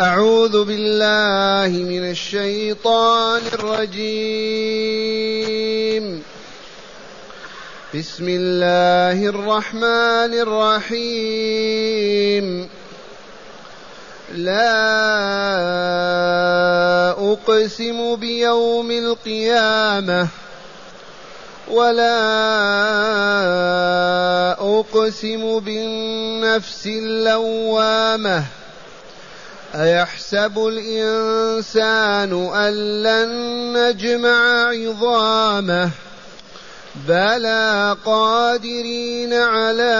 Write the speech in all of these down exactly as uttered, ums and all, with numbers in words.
أعوذ بالله من الشيطان الرجيم. بسم الله الرحمن الرحيم. لا أقسم بيوم القيامة ولا أقسم بالنفس اللوامة أيحسب الإنسان أن لن نجمع عظامه بلى قادرين على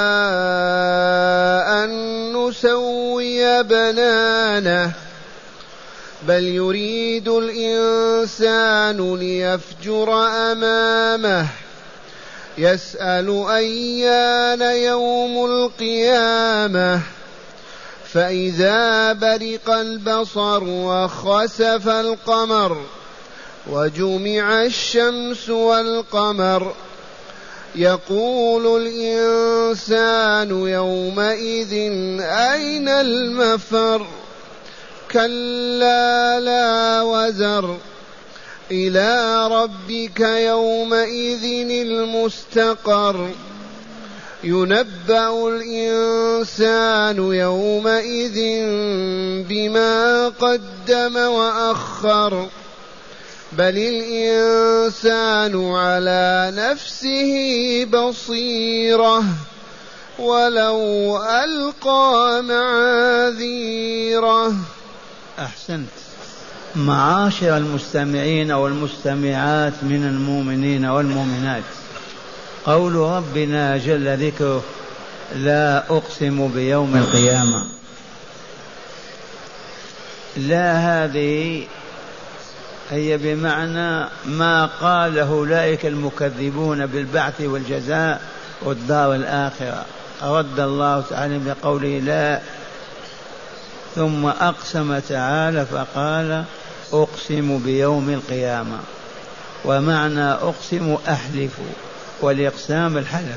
أن نسوي بنانه بل يريد الإنسان ليفجر أمامه يسأل أيان يوم القيامة فإذا برق البصر وخسف القمر وجمع الشمس والقمر يقول الإنسان يومئذ أين المفر كلا لا وزر إلى ربك يومئذ المستقر ينبأ الإنسان يومئذ بما قدم وأخر بل الإنسان على نفسه بصيرة ولو ألقى معاذيره. أحسنت. معاشر المستمعين والمستمعات من المؤمنين والمؤمنات، قول ربنا جل ذكره لا أقسم بيوم القيامة، لا هذه هي بمعنى ما قاله أولئك المكذبون بالبعث والجزاء والدار الآخرة، رد الله تعالى بقوله لا، ثم أقسم تعالى فقال أقسم بيوم القيامة، ومعنى أقسم أحلف، والإقسام الحلف،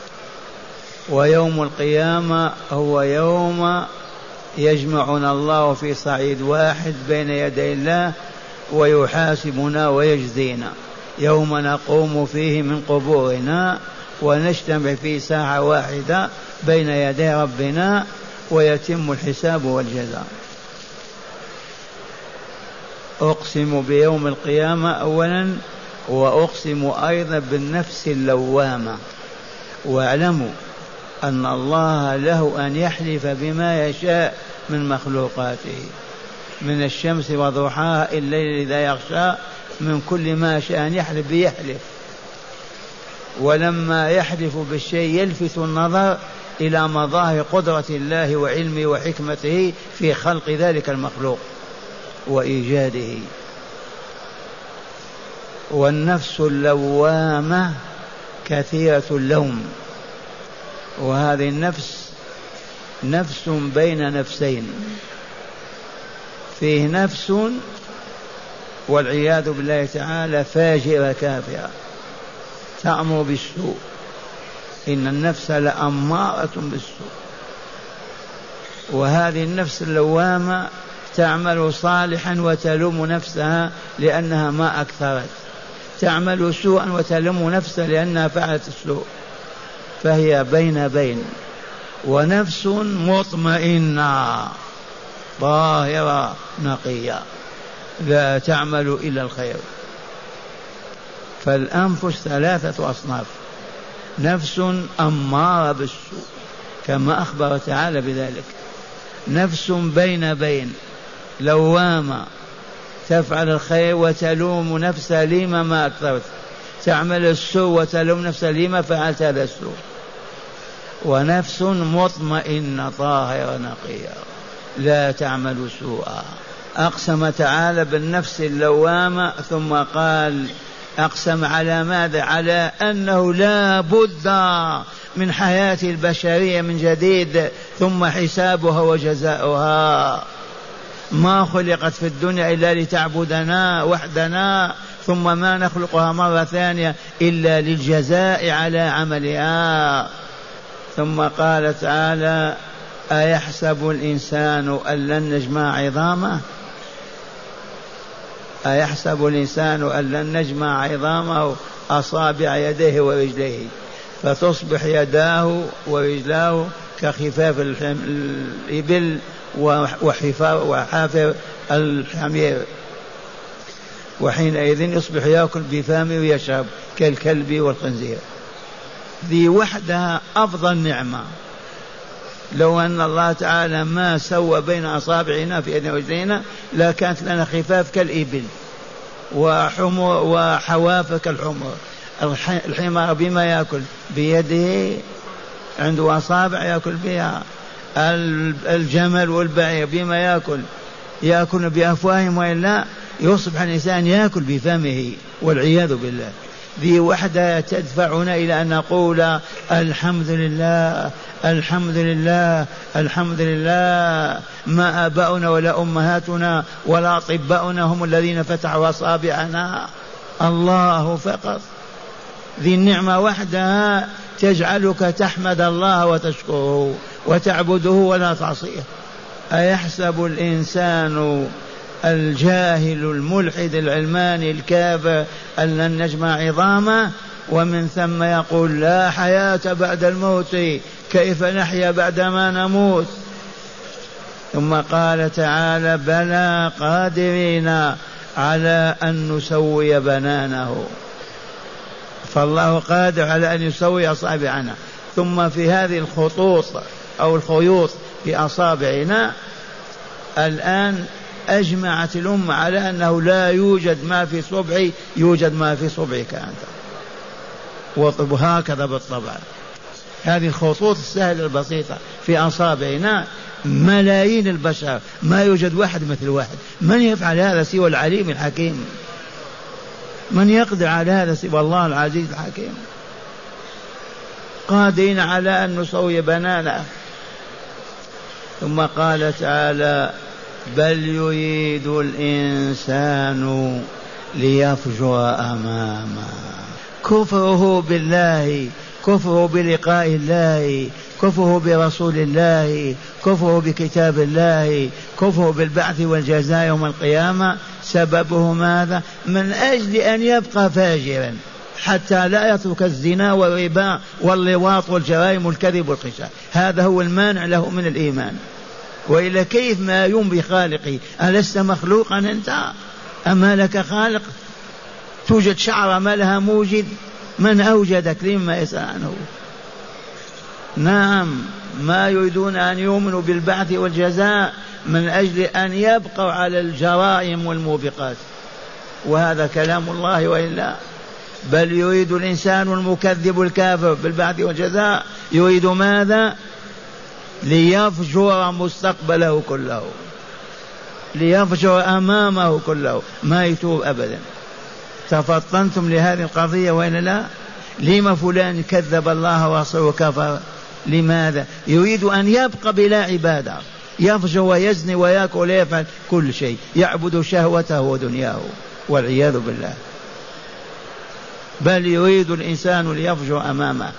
ويوم القيامة هو يوم يجمعنا الله في صعيد واحد بين يدي الله ويحاسبنا ويجزينا، يوم نقوم فيه من قبورنا ونجتمع في ساعة واحدة بين يدي ربنا ويتم الحساب والجزاء. أقسم بيوم القيامة أولا، وأقسم أيضا بالنفس اللوامة، واعلموا أن الله له أن يحلف بما يشاء من مخلوقاته، من الشمس وضحاها الليل إذا يغشى، من كل ما شاء أن يحلف بيحلف، ولما يحلف بالشيء يلفت النظر إلى مظاهر قدرة الله وعلمه وحكمته في خلق ذلك المخلوق وإيجاده. والنفس اللوامة كثيرة اللوم، وهذه النفس نفس بين نفسين، فيه نفس والعياذ بالله تعالى فاجرة كافرة تأمر بالسوء، إن النفس لأمارة بالسوء، وهذه النفس اللوامة تعمل صالحا وتلوم نفسها لأنها ما أكثرت، تعمل سوءا وتلوم نفسها لأنها فعلت السوء، فهي بين بين. ونفس مطمئنة طاهرة نقية لا تعمل إلا الخير. فالأنفس ثلاثة أصناف: نفس أمارة بالسوء كما أخبر تعالى بذلك، نفس بين بين لوامة تفعل الخير وتلوم نفسها لما ما أكثرت، تعمل السوء وتلوم نفسها لما فعلت هذا السوء. ونفس مطمئنة طاهرة نقية لا تعمل سوءا. أقسم تعالى بالنفس اللوامة، ثم قال أقسم على ماذا؟ على أنه لا بد من حياة البشرية من جديد ثم حسابها وجزاؤها، ما خلقت في الدنيا إلا لتعبدنا وحدنا، ثم ما نخلقها مرة ثانية إلا للجزاء على عملها. ثم قال تعالى أيحسب الإنسان أن لن نجمع عظامه أيحسب الإنسان أن لن نجمع عظامه أصابع يديه ورجليه فتصبح يداه ورجلاه كخفاف الإبل وحافر الحمير، وحينئذ يصبح يأكل بفمه ويشرب كالكلب والخنزير. ذي وحدها أفضل نعمة. لو أن الله تعالى ما سوى بين أصابعنا في يدنا ورجلينا لكانت لنا خفاف كالإبل وحمر وحوافر كالحمر. الحمار بما يأكل؟ بيده، عنده أصابع يأكل بها. الجمل والبعير بما يأكل؟ يأكل بأفواههم، وإلا يصبح الإنسان يأكل بفمه والعياذ بالله. ذي وحدة تدفعنا إلى أن نقول الحمد لله الحمد لله الحمد لله. ما آباؤنا ولا أمهاتنا ولا أطباؤنا هم الذين فتحوا أصابعنا، الله فقط. ذي النعمة وحدها تجعلك تحمد الله وتشكره وتعبده ولا تعصيه. أيحسب الإنسان الجاهل الملحد العلماني الكافر أن لن نجمع عظامه؟ ومن ثم يقول لا حياة بعد الموت، كيف نحيا بعدما نموت؟ ثم قال تعالى بلى قادرين على أن نسوي بنانه. فالله قادر على أن يسوي أصابعنا. ثم في هذه الخطوط أو الخيوط في أصابعنا الآن أجمعت الأمة على أنه لا يوجد ما في صبعي يوجد ما في صبعك أنت، وهكذا بالطبع. هذه الخطوط السهلة البسيطة في أصابعنا ملايين البشر، ما يوجد واحد مثل واحد. من يفعل هذا سوى العليم الحكيم؟ من يقدر على هذا سوى الله العزيز الحكيم؟ قادرين على أن نسوي بنانا. ثم قال تعالى بل يريد الإنسان ليفجر أمامه. كفره بالله، كفره بلقاء الله، كفره برسول الله، كفره بكتاب الله، كفره بالبعث والجزاء يوم القيامة، سببه ماذا؟ من أجل أن يبقى فاجرا حتى لا يترك الزنا والربا واللواط والجرائم والكذب والخشاع. هذا هو المانع له من الإيمان. وإلا كيف ما يوم بخالقه؟ ألست مخلوقا أنت؟ أما لك خالق؟ توجد شعر ما لها موجد؟ من أوجدك؟ لما يسأل عنه. نعم، ما يريدون أن يؤمنوا بالبعث والجزاء من أجل أن يبقوا على الجرائم والموبقات، وهذا كلام الله. وإلا بل يريد الإنسان المكذب الكافر بالبعث والجزاء يريد ماذا؟ ليفجر مستقبله كله، ليفجر أمامه كله، ما يتوب أبدا. تفطنتم لهذه القضية وإلا لا؟ لما فلان كذب الله ورسوله وكفر؟ لماذا؟ يريد أن يبقى بلا عبادة، يفجر ويزني ويأكل ويفعل كل شيء، يعبد شهوته ودنياه والعياذ بالله. بل يريد الإنسان ليفجر أمامه.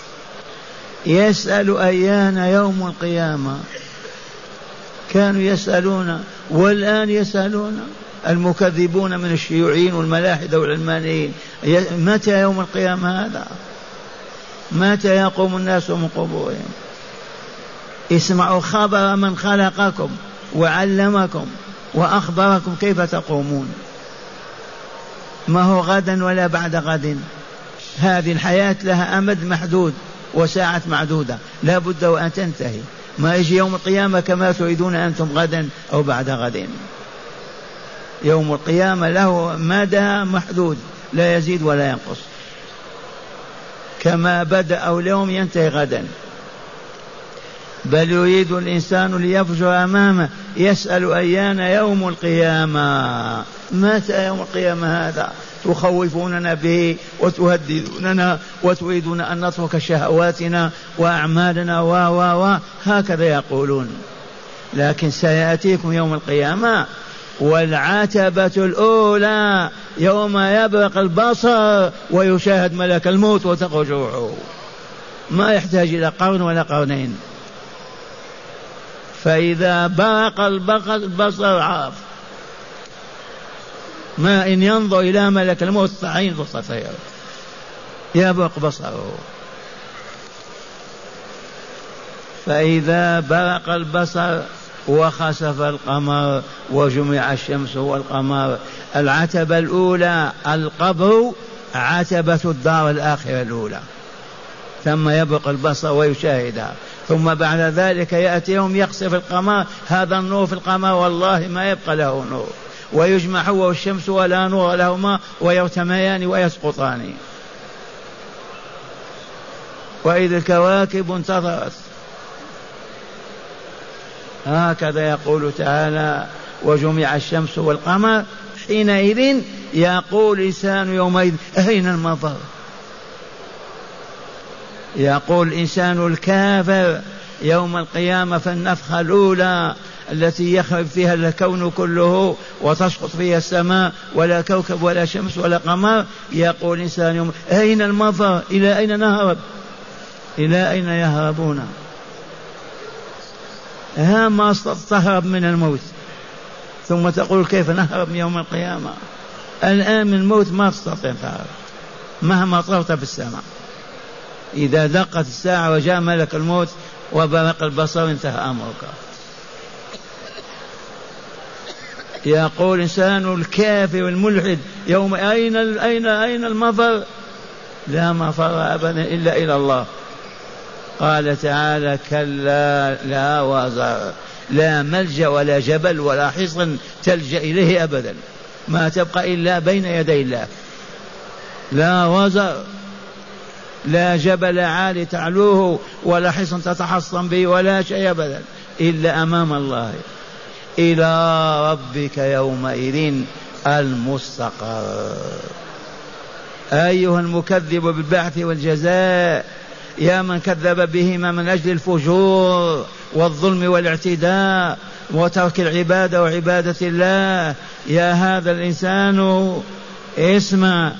يسأل أيان يوم القيامة. كانوا يسألون والآن يسألون المكذبون من الشيوعيين والملاحدة والعلمانيين، متى يوم القيامة هذا؟ متى يقوم الناس من قبورهم؟ اسمعوا خبر من خلقكم وعلمكم وأخبركم كيف تقومون. ما هو غدا ولا بعد غد. هذه الحياة لها أمد محدود وساعة معدودة، لا بد وأن تنتهي. ما يجي يوم القيامة كما تريدون أنتم غدا أو بعد غد. يوم القيامة له مدى محدود لا يزيد ولا ينقص، كما بدأ اليوم ينتهي غدا. بل يريد الإنسان ليفجر أمامه. يسأل أيان يوم القيامة. متى يوم القيامة هذا؟ تخوفوننا به وتهددوننا وتريدون أن نترك شهواتنا وأعمالنا و و و هكذا يقولون. لكن سيأتيكم يوم القيامة والعتبة الأولى يوم يبرق البصر ويشاهد ملك الموت وتخرج روحه. ما يحتاج إلى قرن ولا قرنين. فإذا برق البصر عرف، ما إن ينظر إلى ملك الموت عين تستطير يبرق بصره. فإذا برق البصر وخسف القمر وجمع الشمس والقمر. العتبة الأولى القبر، عتبة الدار الآخرة الأولى، ثم يبرق البصر ويشاهدها. ثم بعد ذلك يأتي يوم يخسف القمر، هذا النور في القمر والله ما يبقى له نور، ويجمع هو والشمس ولا نور لهما ويرتميان ويسقطان. وإذ الكواكب انتظرت. هكذا يقول تعالى وجمع الشمس والقمر. حينئذ يقول الإنسان يومئذ أين المفر؟ يقول الإنسان الكافر يوم القيامة في النفخة الأولى التي يخرب فيها الكون كله وتسقط فيها السماء ولا كوكب ولا شمس ولا قمر، يقول الإنسان يوم أين المفر؟ إلى أين نهرب؟ إلى أين يهربون؟ ها ما تهرب من الموت ثم تقول كيف نهرب من يوم القيامة؟ الآن من الموت ما تستطيع تهرب مهما طرت في السماء. إذا دقت الساعة وجاء ملك الموت وبرق البصر انتهى أمرك. يقول الإنسان الكافر الملحد يوم أين أين أين المفر؟ لا مفر أبدا إلا إلى الله. قال تعالى كلا لا وزر، لا ملجأ ولا جبل ولا حصن تلجأ إليه أبدا، ما تبقى إلا بين يدي الله. لا وزر، لا جبل عالي تعلوه ولا حصن تتحصن به ولا شيء أبدا إلا أمام الله. إلى ربك يومئذ المستقر. أيها المكذب بالبعث والجزاء، يا من كذب بهما من أجل الفجور والظلم والاعتداء وترك العبادة وعبادة الله، يا هذا الإنسان اسمع،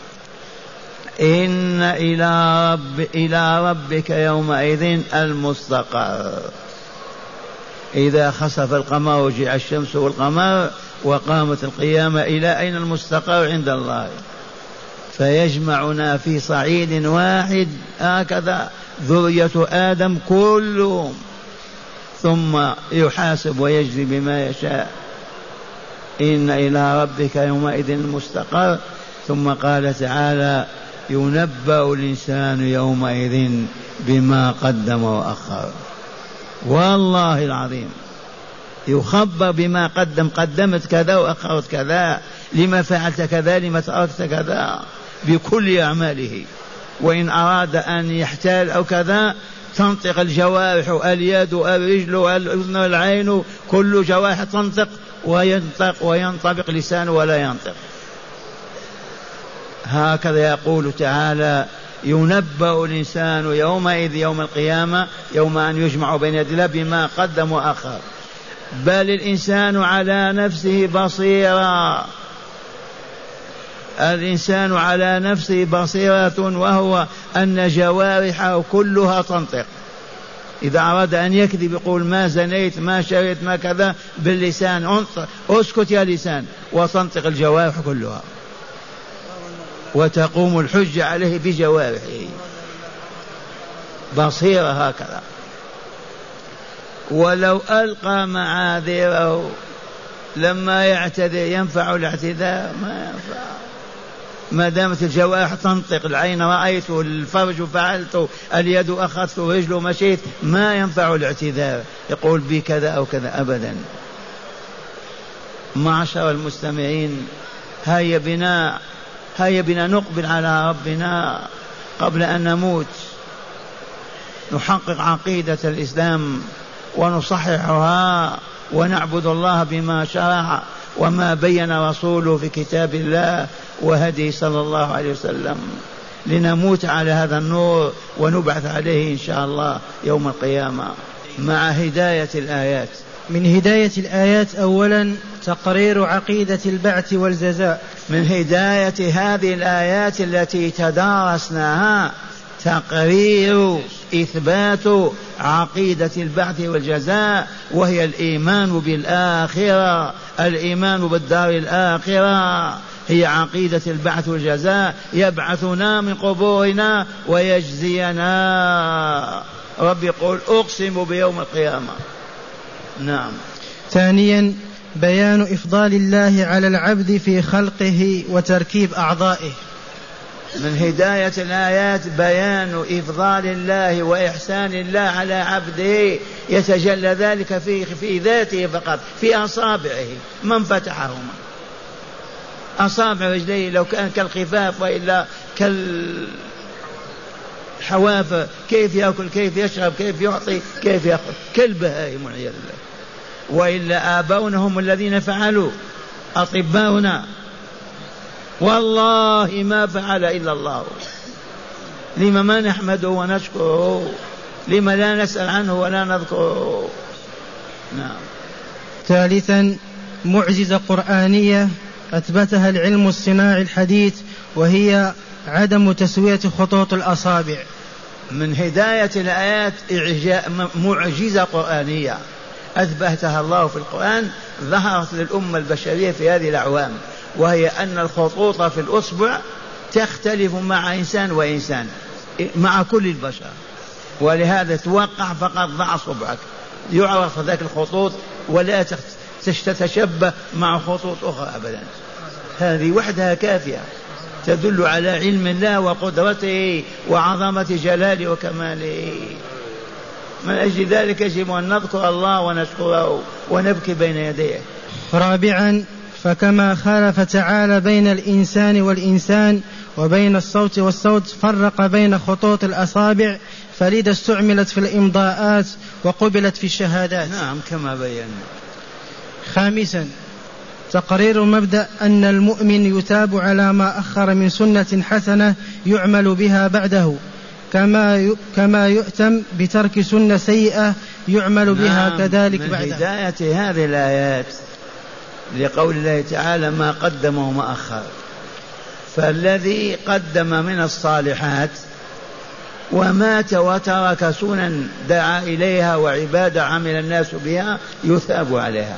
إن إلى, رب إلى ربك يومئذ المستقر. إذا خسف القمر وجاء الشمس والقمر وقامت القيامة، إلى أين المستقر؟ عند الله. فيجمعنا في صعيد واحد هكذا ذرية آدم كلهم، ثم يحاسب ويجزي بما يشاء. إن إلى ربك يومئذ المستقر. ثم قال تعالى ينبأ الإنسان يومئذ بما قدم وأخر. والله العظيم يخبر بما قدم، قدمت كذا وأخرت كذا، لما فعلت كذا، لما تركت كذا، بكل أعماله. وإن أراد أن يحتال أو كذا تنطق الجوارح، اليد الرجل الأذن العين، كل جوارح تنطق وينطق وينطبق لسانه ولا ينطق. هكذا يقول تعالى ينبأ الإنسان يومئذ يوم القيامة، يوم أن يجمع بين يدي الله بما قدم وأخر. بل الإنسان على نفسه بصيرا، الإنسان على نفسه بصيرة، وهو أن جوارحه كلها تنطق. إذا أراد أن يكذب يقول ما زنيت ما شريت ما كذا باللسان، اسكت يا لسان، وتنطق الجوارح كلها وتقوم الحجة عليه بجوارحه. بصيرة هكذا. ولو ألقى معاذيره لما يعتذر ينفع الاعتذار؟ ما ينفع، ما دامت الجوارح تنطق، العين رأيت، الفرج فعلت، اليد أخذت، الرجل مشيت، ما ينفع الاعتذار يقول بكذا أو كذا أبدا. معشر المستمعين، هيا بنا هيا بنا نقبل على ربنا قبل أن نموت، نحقق عقيدة الإسلام ونصححها ونعبد الله بما شرع وما بين رسوله في كتاب الله وهدي صلى الله عليه وسلم، لنموت على هذا النور ونبعث عليه إن شاء الله يوم القيامة. مع هداية الآيات. من هداية الآيات أولا تقرير عقيدة البعث والجزاء. من هداية هذه الآيات التي تدارسناها تقرير إثبات عقيدة البعث والجزاء، وهي الإيمان بالآخرة، الإيمان بالدار الآخرة هي عقيدة البعث والجزاء، يبعثنا من قبورنا ويجزينا. رب يقول أقسم بيوم القيامة. نعم. ثانيا بيان إفضال الله على العبد في خلقه وتركيب أعضائه. من هداية الآيات بيان إفضال الله وإحسان الله على عبده، يتجلى ذلك في, في ذاته فقط، في أصابعه من فتحهما. أصابع رجليه لو كان كالخفاف وإلا كالحواف، كيف يأكل، كيف يشرب، كيف يعطي، كيف يأخذ، كالبهائم والعياذ بالله. وإلا آباؤنا هم الذين فعلوا، أطباؤنا والله ما فعل إلا الله. لما ما نحمده ونشكره؟ لما لا نسأل عنه ولا نذكره؟ نعم. ثالثا معجزة قرآنية أثبتها العلم الصناعي الحديث، وهي عدم تسوية خطوط الأصابع. من هداية الآيات معجزة قرآنية أثبتها الله في القرآن، ظهرت للأمة البشرية في هذه الأعوام، وهي أن الخطوط في الأصبع تختلف مع إنسان وإنسان، مع كل البشر. ولهذا توقع فقط ضع صبعك يعرف ذاك الخطوط، ولا تتشبه مع خطوط أخرى أبدا. هذه وحدها كافية تدل على علم الله وقدرته وعظمة جلاله وكماله. من أجل ذلك يجب أن نذكر الله ونشكره ونبكي بين يديه. رابعا فكما خالف تعالى بين الإنسان والإنسان وبين الصوت والصوت، فرق بين خطوط الأصابع، فلذا استعملت في الإمضاءات وقبلت في الشهادات. نعم كما بينا. خامسا تقرير مبدأ أن المؤمن يتاب على ما أخر من سنة حسنة يعمل بها بعده، كما كما يؤتم بترك سنة سيئة يعمل بها نعم. كذلك من بعده. من هداية هذه الآيات لقول الله تعالى ما قدم وما أخر، فالذي قدم من الصالحات ومات وترك سنن دعا إليها وعبادة عمل الناس بها يثاب عليها.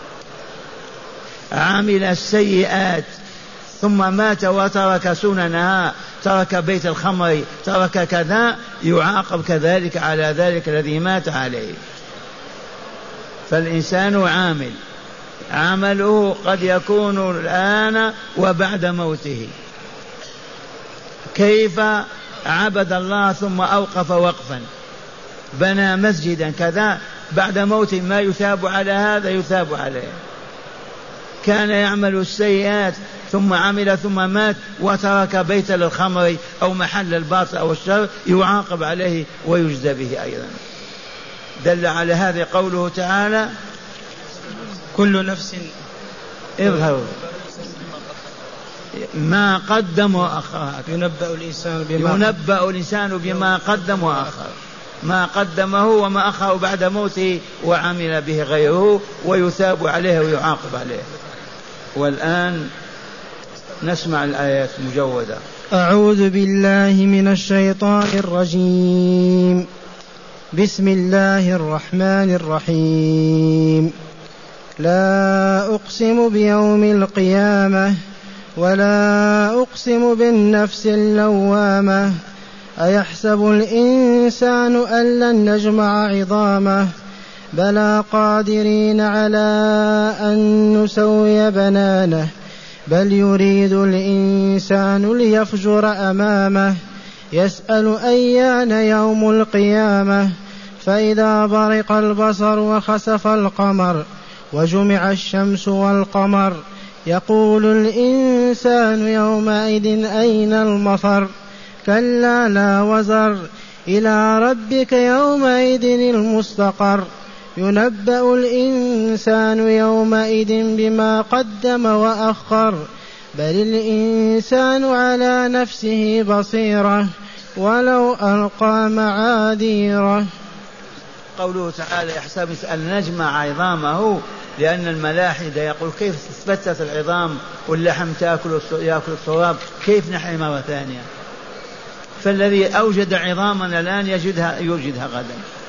عمل السيئات ثم مات وترك سننها، ترك بيت الخمر، ترك كذا، يعاقب كذلك على ذلك الذي مات عليه. فالإنسان عامل، عمله قد يكون الآن وبعد موته. كيف عبد الله ثم أوقف وقفا، بنى مسجدا كذا، بعد موته ما يثاب على هذا؟ يثاب عليه. كان يعمل السيئات ثم عمل ثم مات وترك بيت للخمر أو محل الباطل أو الشر، يعاقب عليه ويجزى به أيضا. دل على هذا قوله تعالى كل نفس اظهر ما قدم وأخر، ينبأ الإنسان بما, ينبأ الإنسان بما قدم وأخر، ما قدمه وما أخر بعد موته وعمل به غيره، ويثاب عليه ويعاقب عليه. والآن نسمع الآيات مجودة. أعوذ بالله من الشيطان الرجيم. بسم الله الرحمن الرحيم. لا أقسم بيوم القيامة ولا أقسم بالنفس اللوامة أيحسب الإنسان أن لن نجمع عظامه بلى قادرين على أن نسوي بنانه بل يريد الإنسان ليفجر أمامه يسأل أيان يوم القيامة فإذا برق البصر وخسف القمر وجمع الشمس والقمر يقول الإنسان يومئذ أين المفر كلا لا وزر إلى ربك يومئذ المستقر ينبأ الإنسان يومئذ بما قدم وأخر بل الإنسان على نفسه بصيرة ولو ألقى معاذيره. قوله تعالى يحسب أن نجمع عظامه، لأن الملاحدة يقول كيف تثبتت العظام واللحم تأكل يأكل التراب، كيف نحيي مرة ثانية؟ فالذي أوجد عظامنا الآن يجدها, يوجدها غدا.